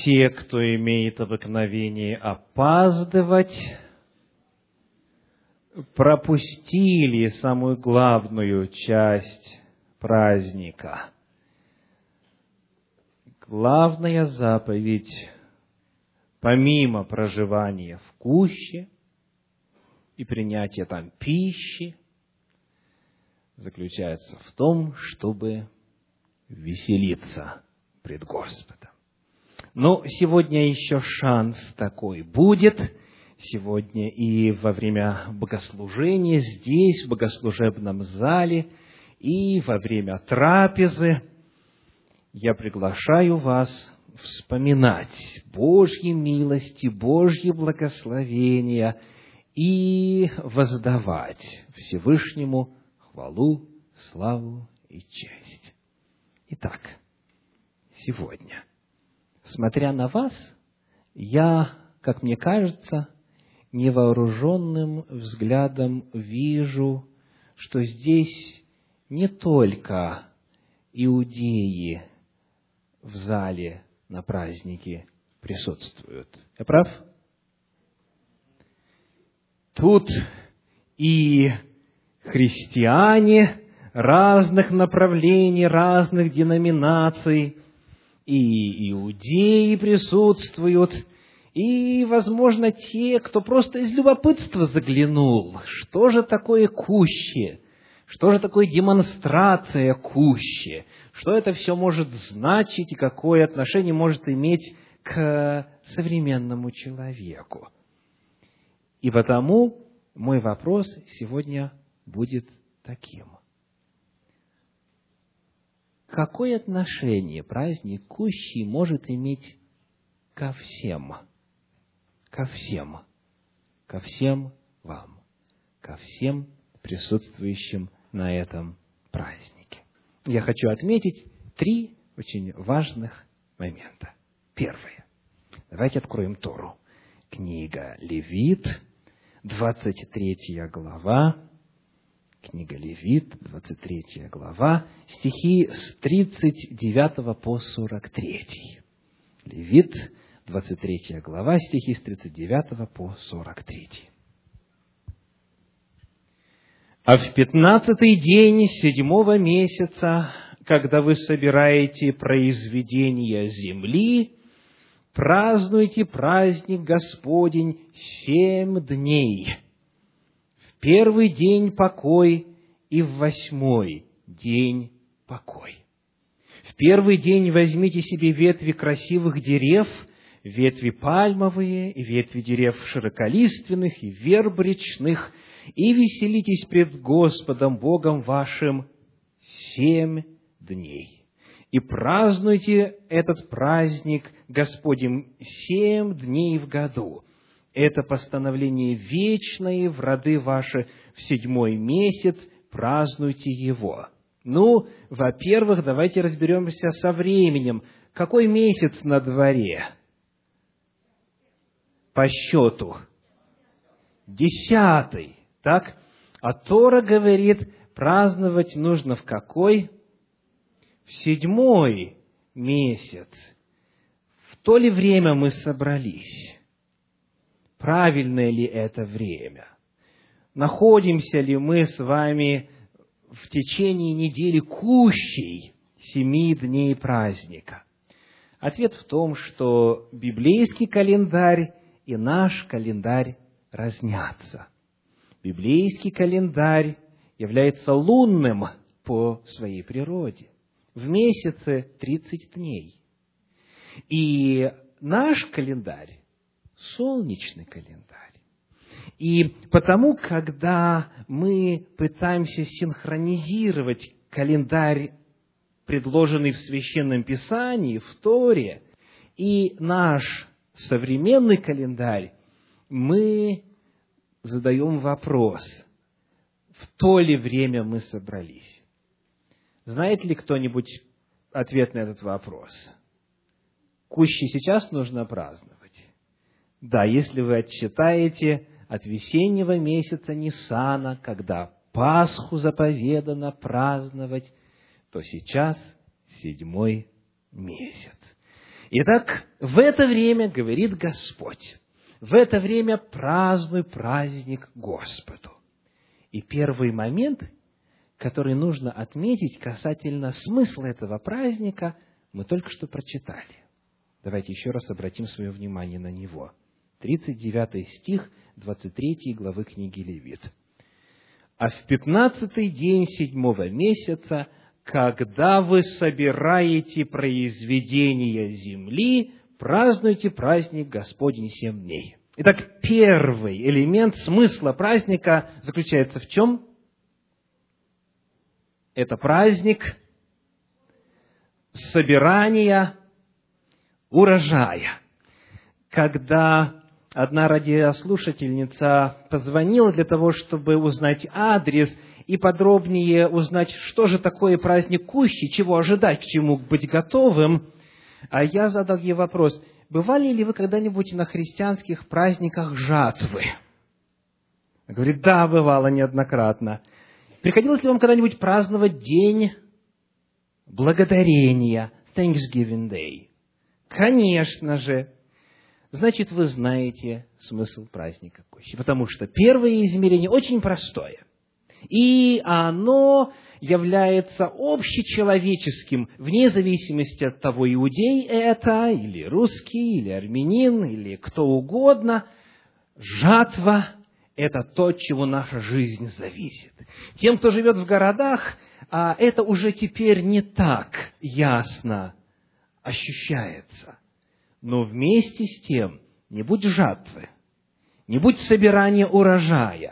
те, кто имеет обыкновение опаздывать, пропустили самую главную часть праздника. Главная заповедь, помимо проживания в куще и принятия там пищи, заключается в том, чтобы веселиться пред Господом. Но сегодня еще шанс такой будет. Сегодня и во время богослужения здесь, в богослужебном зале, и во время трапезы я приглашаю вас вспоминать Божьи милости, Божьи благословения и воздавать Всевышнему хвалу, славу и честь. Итак, сегодня, смотря на вас, я, как мне кажется, невооруженным взглядом вижу, что здесь не только иудеи в зале на празднике присутствуют. Я прав? Тут и христиане разных направлений, разных деноминаций, и иудеи присутствуют, и, возможно, те, кто просто из любопытства заглянул, что же такое куще, что же такое демонстрация куще, что это все может значить и какое отношение может иметь к современному человеку. И потому мой вопрос сегодня будет таким. Какое отношение праздник кущий может иметь ко всем? Ко всем. Ко всем вам. Ко всем присутствующим на этом празднике. Я хочу отметить 3 очень важных момента. Первое. Давайте откроем Тору. Книга Левит, 23 глава. Книга Левит, 23 глава, стихи с 39 по 43. Левит, 23 глава, стихи с 39 по 43. «А в 15-й день 7-го месяца, когда вы собираете произведения земли, празднуйте праздник Господень 7 дней. В 1-й день покой и в 8-й день покой. В 1-й день возьмите себе ветви красивых дерев, ветви пальмовые, и ветви дерев широколиственных, и верб речных, и веселитесь пред Господом Богом вашим 7 дней. И празднуйте этот праздник Господень 7 дней в году. Это постановление вечное в роды ваши, в 7-й месяц празднуйте его». Ну, во-первых, давайте разберемся со временем. Какой месяц на дворе? По счету. 10-й. Так? А Тора говорит, праздновать нужно в какой? В 7-й месяц. В то ли время мы собрались? Правильное ли это время? Находимся ли мы с вами в течение недели кущей 7 дней праздника? Ответ в том, что библейский календарь и наш календарь разнятся. Библейский календарь является лунным по своей природе. В месяце 30 дней. И наш календарь – солнечный календарь. И потому, когда мы пытаемся синхронизировать календарь, предложенный в Священном Писании, в Торе, и наш современный календарь, мы задаем вопрос, в то ли время мы собрались. Знает ли кто-нибудь ответ на этот вопрос? Кущи сейчас нужно праздновать. Да, если вы отсчитаете от весеннего месяца Нисана, когда Пасху заповедано праздновать, то сейчас 7-й месяц. Итак, в это время, говорит Господь, в это время празднуй праздник Господу. И первый момент, который нужно отметить касательно смысла этого праздника, мы только что прочитали. Давайте еще раз обратим свое внимание на него. 39 стих 23 главы книги Левит. «А в 15-й день 7-го месяца, когда вы собираете произведения земли, празднуйте праздник Господень 7 дней». Итак, первый элемент смысла праздника заключается в чем? Это праздник собирания урожая. Когда одна радиослушательница позвонила для того, чтобы узнать адрес и подробнее узнать, что же такое праздник Кущи, чего ожидать, к чему быть готовым, а я задал ей вопрос: бывали ли вы когда-нибудь на христианских праздниках жатвы? Она говорит: да, бывало неоднократно. Приходилось ли вам когда-нибудь праздновать День Благодарения, Thanksgiving Day? Конечно же. Значит, вы знаете смысл праздника Кущи, потому что первое измерение очень простое. И оно является общечеловеческим, вне зависимости от того, иудей это, или русский, или армянин, или кто угодно. Жатва – это то, от чего наша жизнь зависит. Тем, кто живет в городах, это уже теперь не так ясно ощущается. Но вместе с тем, не будь жатвы, не будь собирания урожая,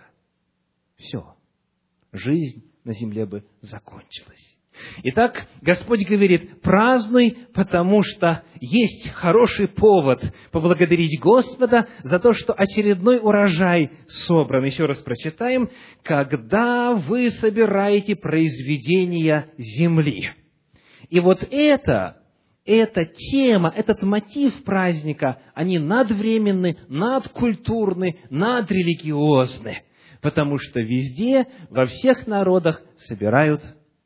все, жизнь на земле бы закончилась. Итак, Господь говорит: празднуй, потому что есть хороший повод поблагодарить Господа за то, что очередной урожай собран. Еще раз прочитаем: когда вы собираете произведения земли. И вот эта тема, этот мотив праздника, они надвременны, надкультурны, надрелигиозны, потому что везде, во всех народах собирают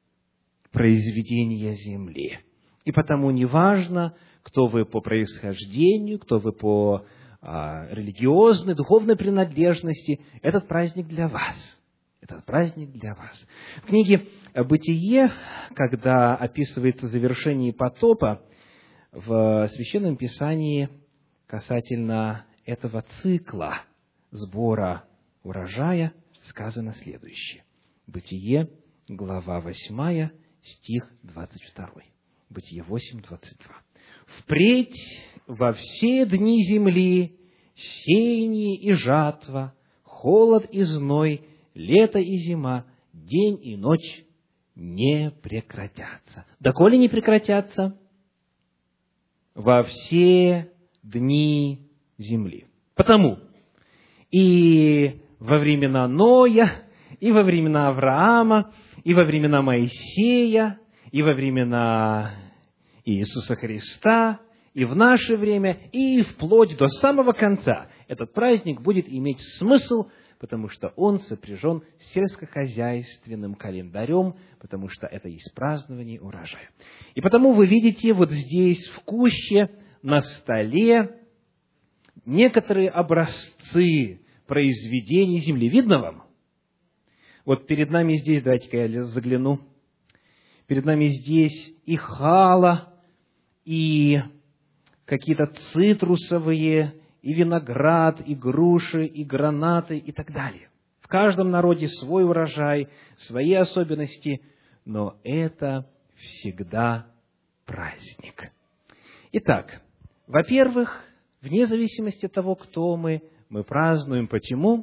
произведения земли. И потому неважно, кто вы по происхождению, кто вы по религиозной, духовной принадлежности, этот праздник для вас. Этот праздник для вас. В книге «Бытие», когда описывается завершение потопа, в Священном Писании касательно этого цикла сбора урожая сказано следующее. Бытие, глава 8, стих 22. Бытие 8, 22. «Впредь во все дни земли сеяние и жатва, холод и зной, лето и зима, день и ночь не прекратятся». Доколе не прекратятся? Во все дни земли. Потому и во времена Ноя, и во времена Авраама, и во времена Моисея, и во времена Иисуса Христа, и в наше время, и вплоть до самого конца этот праздник будет иметь смысл, потому что он сопряжен с сельскохозяйственным календарем, потому что это есть празднование урожая. И потому вы видите вот здесь в Куще на столе некоторые образцы произведений земли. Видно вам? Вот перед нами здесь, давайте-ка я загляну, перед нами здесь и хала, и какие-то цитрусовые, и виноград, и груши, и гранаты, и так далее. В каждом народе свой урожай, свои особенности, но это всегда праздник. Итак, во-первых, вне зависимости от того, кто мы празднуем. Почему?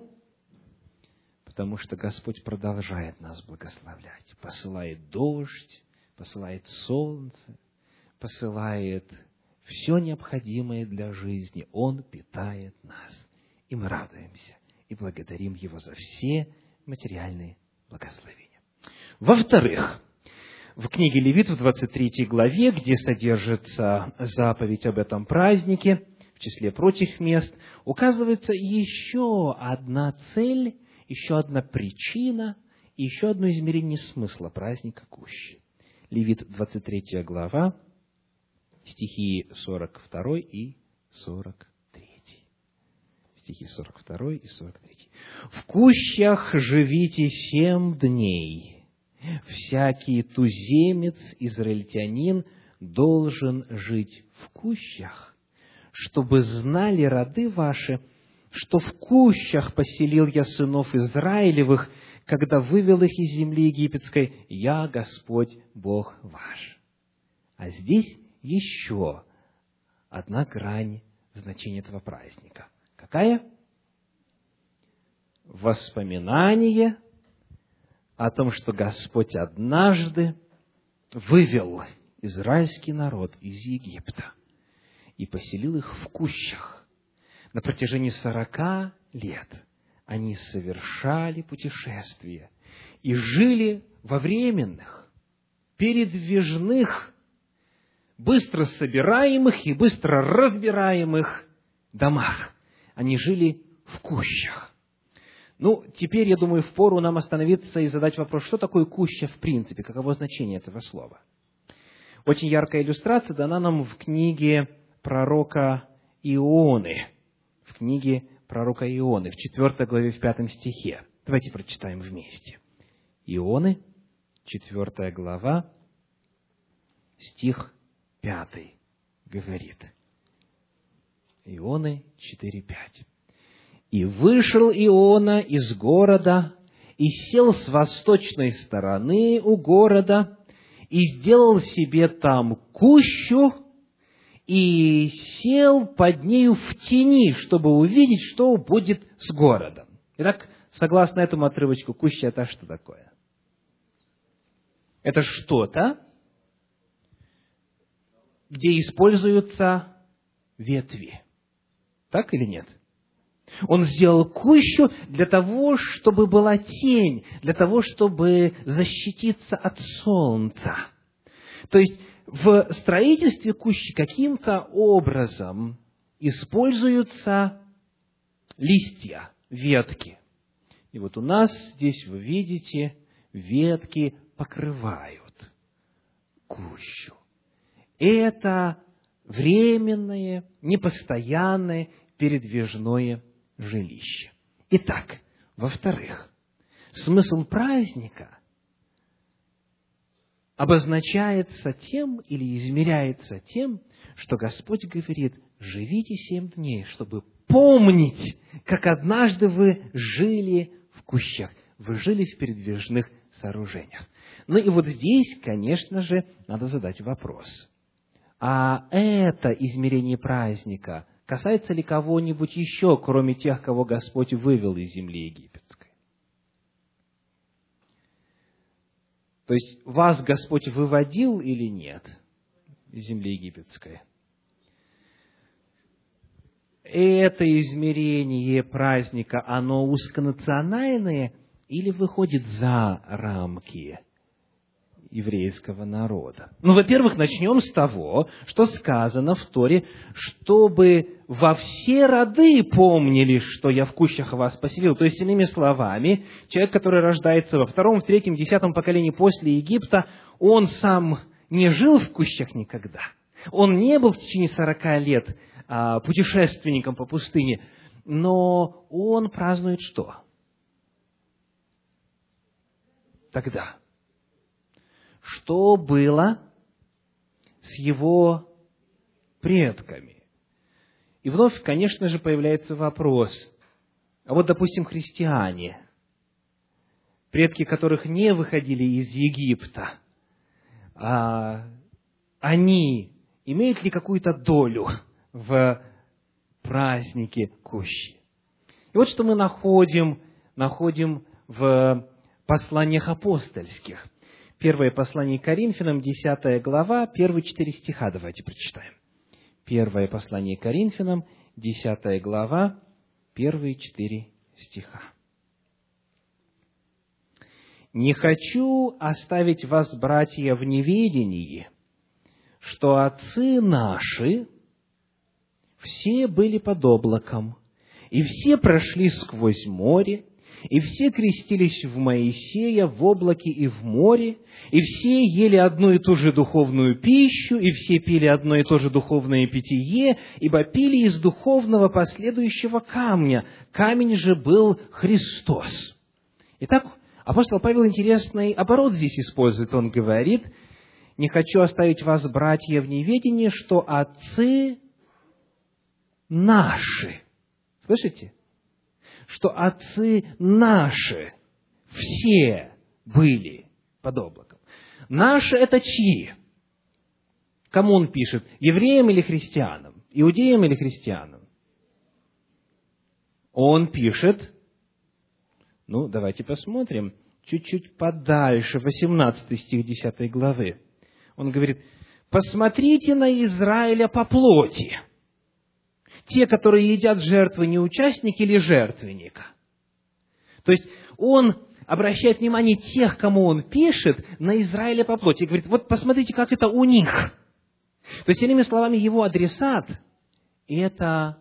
Потому что Господь продолжает нас благословлять. Посылает дождь, посылает солнце, посылает все необходимое для жизни. Он питает нас. И мы радуемся и благодарим Его за все материальные благословения. Во-вторых, в книге Левит, в 23 главе, где содержится заповедь об этом празднике, в числе прочих мест, указывается еще одна цель, еще одна причина и еще одно измерение смысла праздника Кущи. Левит, 23 глава, стихи 42 и 43. Стихи 42 и 43. «В кущах живите 7 дней. Всякий туземец, израильтянин, должен жить в кущах, чтобы знали роды ваши, что в кущах поселил я сынов Израилевых, когда вывел их из земли египетской, я Господь Бог ваш». А здесь еще одна грань значения этого праздника. Какая? Воспоминание о том, что Господь однажды вывел израильский народ из Египта и поселил их в кущах. На протяжении 40 лет они совершали путешествия и жили во временных, передвижных, быстро собираемых и быстро разбираемых домах. Они жили в кущах. Теперь, я думаю, впору нам остановиться и задать вопрос, что такое куща в принципе, каково значение этого слова. Очень яркая иллюстрация дана нам в книге пророка Ионы. В книге пророка Ионы, в 4 главе, в 5 стихе. Давайте прочитаем вместе. Ионы, 4 глава, стих 5 говорит. Ионы 4:5. «И вышел Иона из города, и сел с восточной стороны у города, и сделал себе там кущу, и сел под нею в тени, чтобы увидеть, что будет с городом». Итак, согласно этому отрывочку, куща — это что такое? Это что-то, где используются ветви. Так или нет? Он сделал кущу для того, чтобы была тень, для того, чтобы защититься от солнца. То есть, в строительстве кущи каким-то образом используются листья, ветки. И вот у нас здесь, вы видите, ветки покрывают кущу. Это временное, непостоянное, передвижное жилище. Итак, во-вторых, смысл праздника обозначается тем или измеряется тем, что Господь говорит: живите 7 дней, чтобы помнить, как однажды вы жили в кущах, вы жили в передвижных сооружениях. И вот здесь, конечно же, надо задать вопрос. А это измерение праздника касается ли кого-нибудь еще, кроме тех, кого Господь вывел из земли египетской? То есть, вас Господь выводил или нет из земли египетской? Это измерение праздника, оно узконациональное или выходит за рамки еврейского народа? Во-первых, начнем с того, что сказано в Торе, чтобы во все роды помнили, что я в кущах вас поселил. То есть, иными словами, человек, который рождается во 2, 3, 10 поколении после Египта, он сам не жил в кущах никогда. Он не был в течение 40 лет путешественником по пустыне, но он празднует что? Тогда. Что было с его предками? И вновь, конечно же, появляется вопрос. А вот, допустим, христиане, предки которых не выходили из Египта, они имеют ли какую-то долю в празднике кущи? И вот что мы находим в посланиях апостольских. Первое послание к Коринфянам, 10 глава, первые 4 стиха. Давайте прочитаем. Первое послание к Коринфянам, 10 глава, первые 4 стиха. «Не хочу оставить вас, братья, в неведении, что отцы наши все были под облаком, и все прошли сквозь море, И все крестились в Моисея в облаке и в море, и все ели одну и ту же духовную пищу, и все пили одно и то же духовное питье, ибо пили из духовного последующего камня. Камень же был Христос». Итак, апостол Павел интересный оборот здесь использует. Он говорит: «Не хочу оставить вас, братья, в неведении, что отцы наши». Слышите? Что отцы наши все были под облаком. Наши — это чьи? Кому он пишет? Евреям или христианам? Иудеям или христианам? Он пишет, давайте посмотрим, чуть-чуть подальше, 18 стих 10 главы. Он говорит: «Посмотрите на Израиля по плоти. Те, которые едят жертвы, не участники ли жертвенника?» То есть, он обращает внимание тех, кому он пишет, на Израиля по плоти. И говорит: вот посмотрите, как это у них. То есть, иными словами, его адресат – это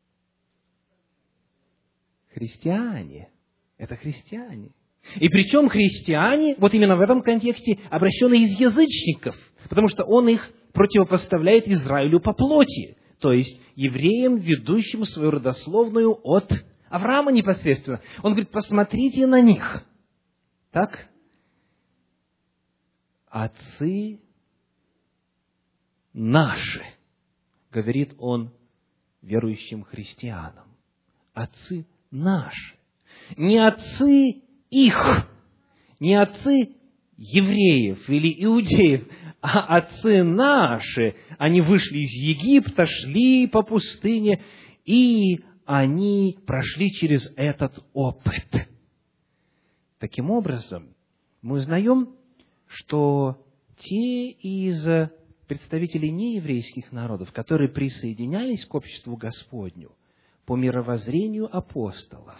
христиане. Это христиане. И причем христиане, вот именно в этом контексте, обращены из язычников, потому что он их противопоставляет Израилю по плоти, то есть евреям, ведущим свою родословную от Авраама непосредственно. Он говорит: посмотрите на них. Так? Отцы наши, говорит он верующим христианам. Отцы наши. Не отцы их, не отцы евреев или иудеев, а отцы наши. Они вышли из Египта, шли по пустыне, и они прошли через этот опыт. Таким образом, мы узнаем, что те из представителей нееврейских народов, которые присоединялись к обществу Господню по мировоззрению апостолов,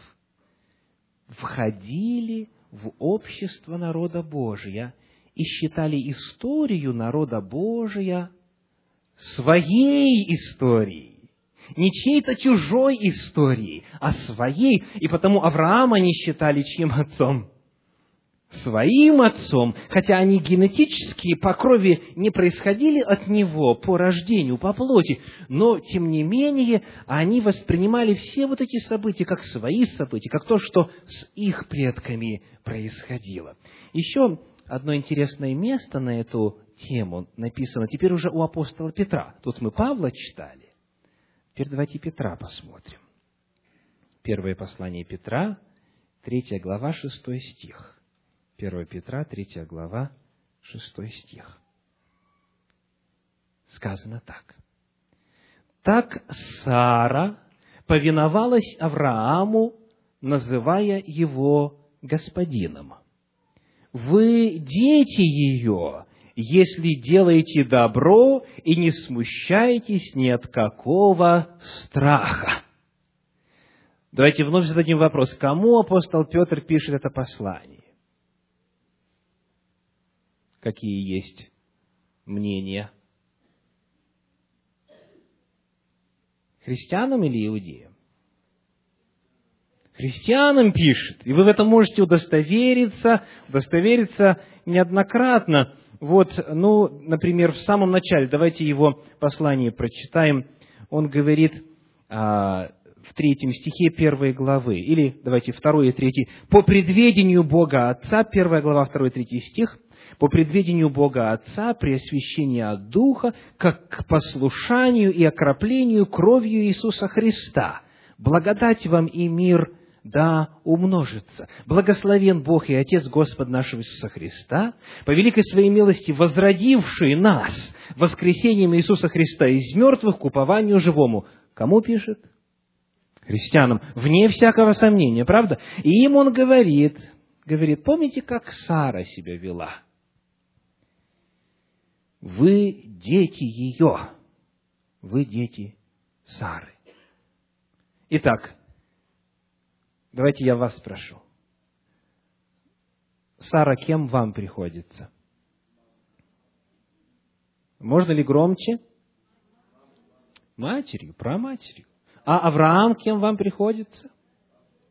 входили в общество народа Божия и считали историю народа Божия своей историей, не чьей-то чужой историей, а своей. И потому Авраама они считали чьим отцом? Своим отцом, хотя они генетически по крови не происходили от него по рождению, по плоти, но, тем не менее, они воспринимали все вот эти события как свои события, как то, что с их предками происходило. Еще одно интересное место на эту тему написано теперь уже у апостола Петра. Тут мы Павла читали. Теперь давайте Петра посмотрим. Первое послание Петра, 3 глава, 6 стих. 1 Петра, 3 глава, 6 стих. Сказано так. «Так Сара повиновалась Аврааму, называя его господином. Вы дети ее, если делаете добро и не смущаетесь ни от какого страха». Давайте вновь зададим вопрос, кому апостол Петр пишет это послание? Какие есть мнения? Христианам или иудеям? Христианам пишет. И вы в этом можете удостовериться неоднократно. Вот, например, в самом начале, давайте его послание прочитаем. Он говорит в 3 стихе 1 главы, или давайте 2 и 3. «По предведению Бога Отца», 1 глава, 2 и 3 стих, «по предведению Бога Отца, при освящении от Духа, как к послушанию и окроплению кровью Иисуса Христа, благодать вам и мир да умножится. Благословен Бог и Отец Господа нашего Иисуса Христа, по великой своей милости возродивший нас воскресением Иисуса Христа из мертвых к упованию живому». Кому пишет? Христианам, вне всякого сомнения, правда? И им он говорит, помните, как Сара себя вела? Вы дети ее, вы дети Сары. Итак, давайте я вас спрошу. Сара кем вам приходится? Можно ли громче? Матерью, праматерью. А Авраам кем вам приходится?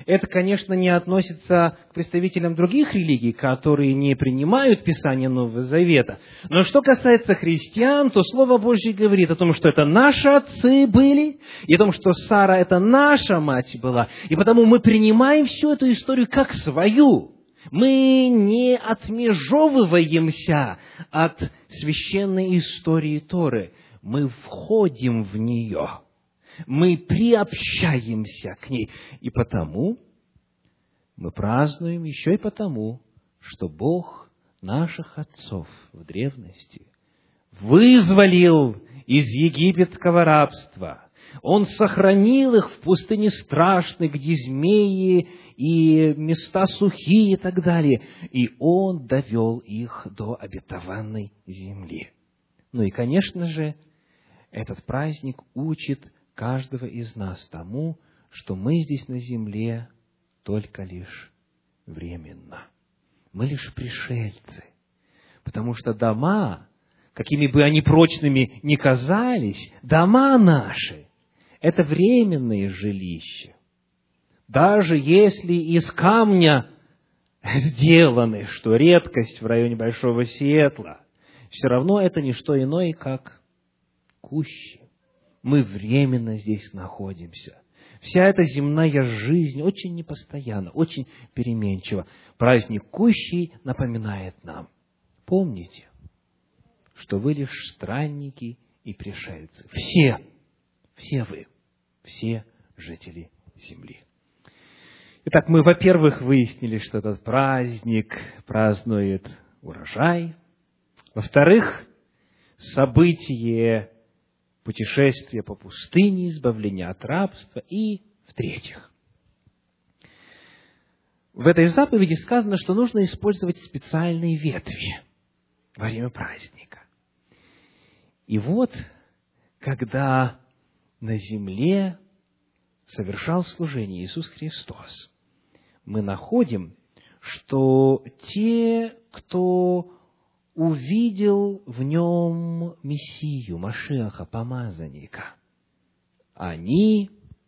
Это, конечно, не относится к представителям других религий, которые не принимают Писание Нового Завета. Но что касается христиан, то Слово Божье говорит о том, что это наши отцы были, и о том, что Сара – это наша мать была. И потому мы принимаем всю эту историю как свою. Мы не отмежевываемся от священной истории Торы. Мы входим в нее. Мы приобщаемся к ней. И потому мы празднуем еще и потому, что Бог наших отцов в древности вызволил из египетского рабства. Он сохранил их в пустыне страшной, где змеи и места сухие и так далее. И Он довел их до обетованной земли. Ну и, конечно же, этот праздник учит каждого из нас тому, что мы здесь на земле только лишь временно. Мы лишь пришельцы. Потому что дома, какими бы они прочными ни казались, дома наши – это временные жилища. Даже если из камня сделаны, что редкость в районе Большого Сиэтла, все равно это не что иное, как кущи. Мы временно здесь находимся. Вся эта земная жизнь очень непостоянна, очень переменчива. Праздник Кущей напоминает нам: помните, что вы лишь странники и пришельцы. Все вы, все жители земли. Итак, мы, во-первых, выяснили, что этот праздник празднует урожай. Во-вторых, событие путешествия по пустыне, избавление от рабства. И, в-третьих, в этой заповеди сказано, что нужно использовать специальные ветви во время праздника. И вот, когда на земле совершал служение Иисус Христос, мы находим, что те, кто увидел в нем Мессию, Машиаха, помазанника, они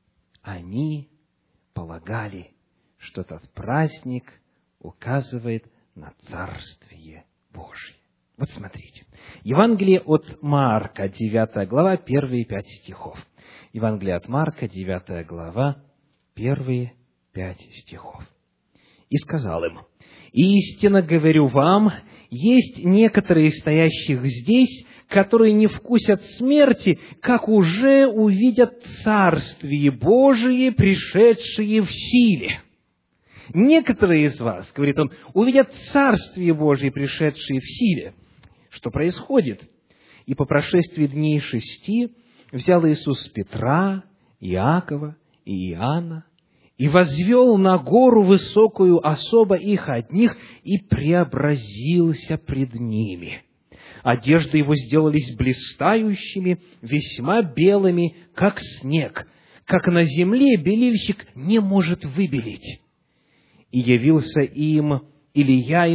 полагали, что этот праздник указывает на Царствие Божие. Вот смотрите. Евангелие от Марка, 9 глава, первые 5 стихов. Евангелие от Марка, 9 глава, первые 5 стихов. «И сказал им: истинно говорю вам, есть некоторые из стоящих здесь, которые не вкусят смерти, как уже увидят Царствие Божие, пришедшее в силе». Некоторые из вас, говорит он, увидят Царствие Божие, пришедшее в силе. Что происходит? И по прошествии дней 6 взял Иисус Петра, Иакова и Иоанна и возвел на гору высокую особо их одних и преобразился пред ними. Одежды его сделались блистающими, весьма белыми, как снег, как на земле белильщик не может выбелить. И явился им Илья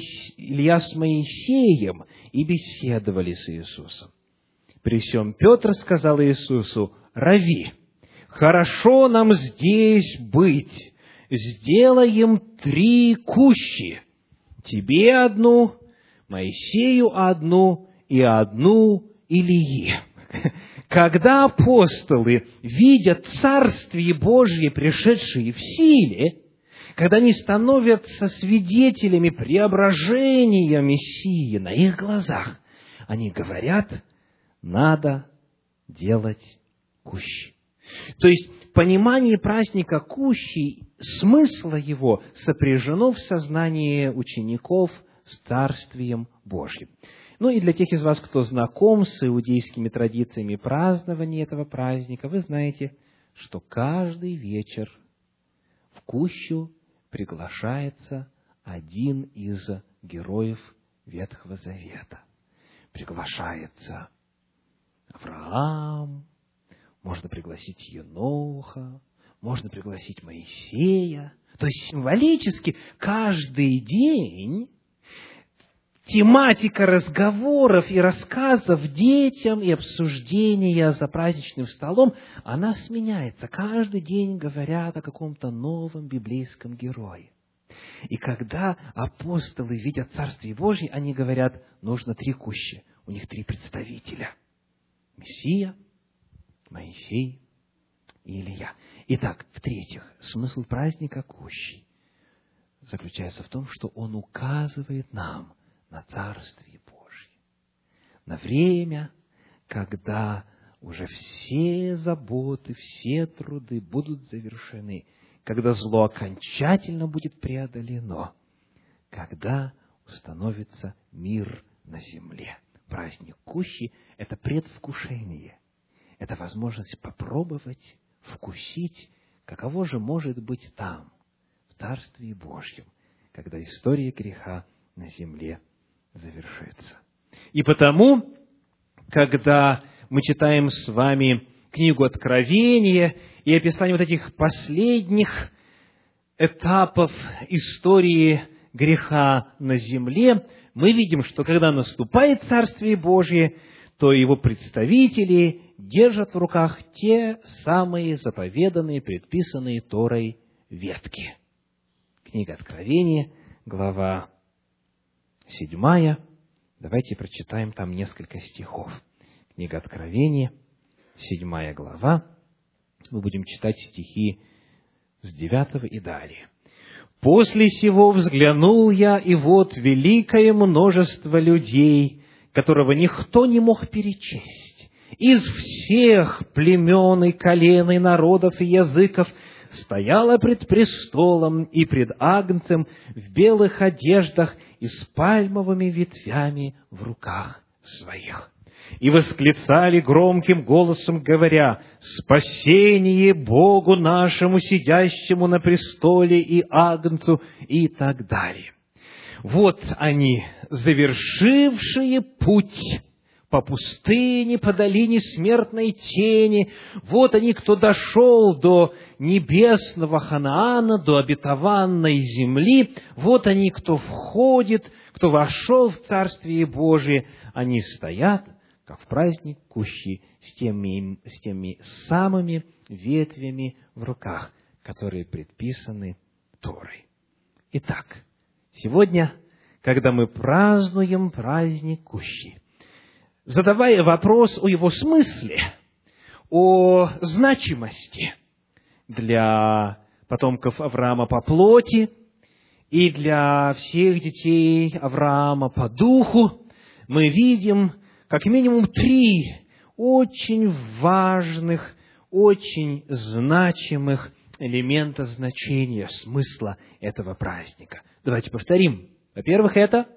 с Моисеем, и беседовали с Иисусом. При сем Петр сказал Иисусу: «Рави, хорошо нам здесь быть, сделаем 3 кущи, тебе одну, Моисею одну и одну Илии». Когда апостолы видят Царствие Божие, пришедшее в силе, когда они становятся свидетелями преображения Мессии на их глазах, они говорят: надо делать кущи. То есть, понимание праздника Кущей, смысла его сопряжено в сознании учеников с Царствием Божьим. Ну и для тех из вас, кто знаком с иудейскими традициями празднования этого праздника, вы знаете, что каждый вечер в Кущу приглашается один из героев Ветхого Завета. Приглашается Авраам, можно пригласить Еноха, можно пригласить Моисея. То есть символически каждый день тематика разговоров и рассказов детям и обсуждения за праздничным столом, она сменяется. Каждый день говорят о каком-то новом библейском герое. И когда апостолы видят Царствие Божье, они говорят, нужно 3 кущи. У них 3 представителя. Мессия, Моисей и Илия. Итак, в-третьих, смысл праздника кущей заключается в том, что он указывает нам на Царствие Божье, на время, когда уже все заботы, все труды будут завершены, когда зло окончательно будет преодолено, когда установится мир на земле. Праздник кущи – это предвкушение, это возможность попробовать, вкусить, каково же может быть там, в Царстве Божьем, когда история греха на земле завершится. И потому, когда мы читаем с вами книгу Откровения и описание вот этих последних этапов истории греха на земле, мы видим, что когда наступает Царствие Божие, то его представители держат в руках те самые заповеданные, предписанные Торой ветки. Книга Откровения, глава 7. Давайте прочитаем там несколько стихов. Книга Откровения, 7 глава. Мы будем читать стихи с 9 и далее. «После сего взглянул я, и вот великое множество людей, которого никто не мог перечесть, из всех племен и колен, и народов, и языков, стояло пред престолом и пред Агнцем в белых одеждах и с пальмовыми ветвями в руках своих. И восклицали громким голосом, говоря: «Спасение Богу нашему, сидящему на престоле, и Агнцу», и так далее. Вот они, завершившие путь по пустыне, по долине смертной тени. Вот они, кто дошел до небесного Ханаана, до обетованной земли. Вот они, кто входит, кто вошел в Царствие Божие. Они стоят, как в праздник кущи, с теми самыми ветвями в руках, которые предписаны Торой. Итак, сегодня, когда мы празднуем праздник кущи, задавая вопрос о его смысле, о значимости для потомков Авраама по плоти и для всех детей Авраама по духу, мы видим как минимум 3 очень важных, очень значимых элемента значения, смысла этого праздника. Давайте повторим. Во-первых, это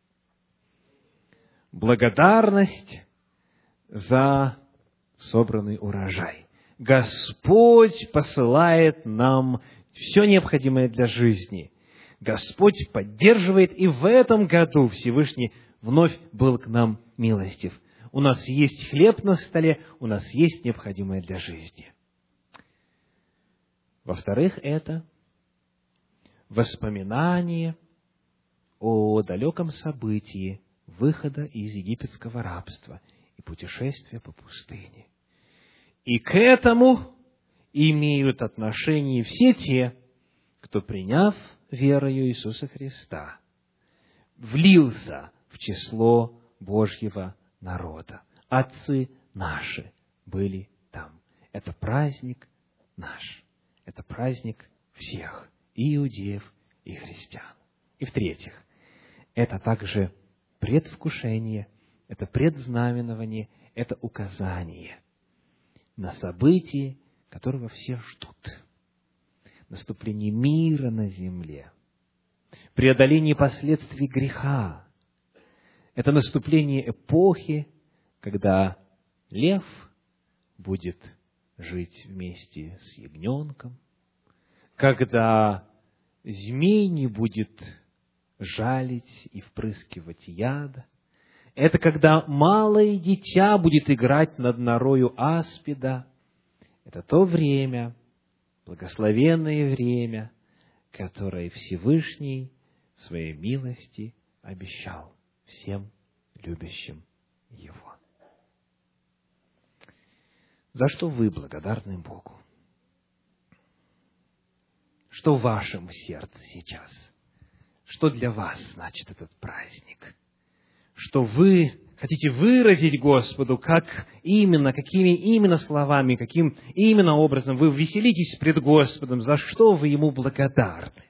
благодарность за собранный урожай. Господь посылает нам все необходимое для жизни. Господь поддерживает, и в этом году Всевышний вновь был к нам милостив. У нас есть хлеб на столе, у нас есть необходимое для жизни. Во-вторых, это воспоминание о далеком событии выхода из египетского рабства и путешествия по пустыне. И к этому имеют отношение все те, кто, приняв верою Иисуса Христа, влился в число Божьего народа. Отцы наши были там. Это праздник наш. Это праздник всех, и иудеев, и христиан. И в-третьих, это также предвкушение, это предзнаменование, это указание на событие, которого все ждут. Наступление мира на земле, преодоление последствий греха. Это наступление эпохи, когда лев будет жить вместе с ягненком, когда змей не будет жалить и впрыскивать яд. Это когда малое дитя будет играть над норою аспида. Это то время, благословенное время, которое Всевышний в своей милости обещал всем любящим Его. За что вы благодарны Богу? Что в вашем сердце сейчас? Что для вас значит этот праздник? Что вы хотите выразить Господу, как именно, какими именно словами, каким именно образом вы веселитесь пред Господом, за что вы Ему благодарны?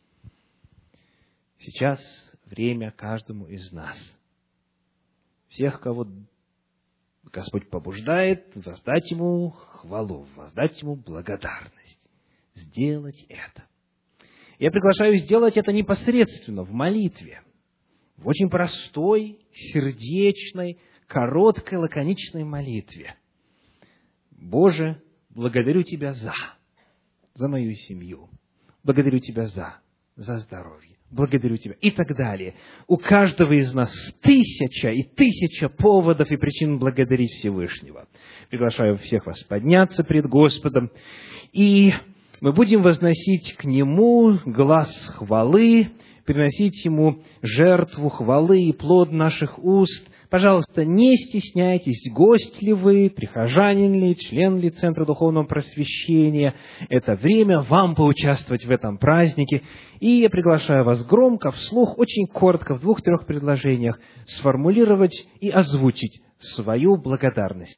Сейчас время каждому из нас, всех, кого Господь побуждает, воздать Ему хвалу, воздать Ему благодарность, сделать это. Я приглашаю сделать это непосредственно в молитве, в очень простой, сердечной, короткой, лаконичной молитве. Боже, благодарю Тебя за мою семью, благодарю Тебя за здоровье, благодарю Тебя и так далее. У каждого из нас тысяча и тысяча поводов и причин благодарить Всевышнего. Приглашаю всех вас подняться пред Господом, и мы будем возносить к Нему глас хвалы, приносить Ему жертву хвалы и плод наших уст. Пожалуйста, не стесняйтесь, гость ли вы, прихожанин ли, член ли Центра Духовного Просвещения. Это время вам поучаствовать в этом празднике. И я приглашаю вас громко, вслух, очень коротко, в 2-3 предложениях сформулировать и озвучить свою благодарность.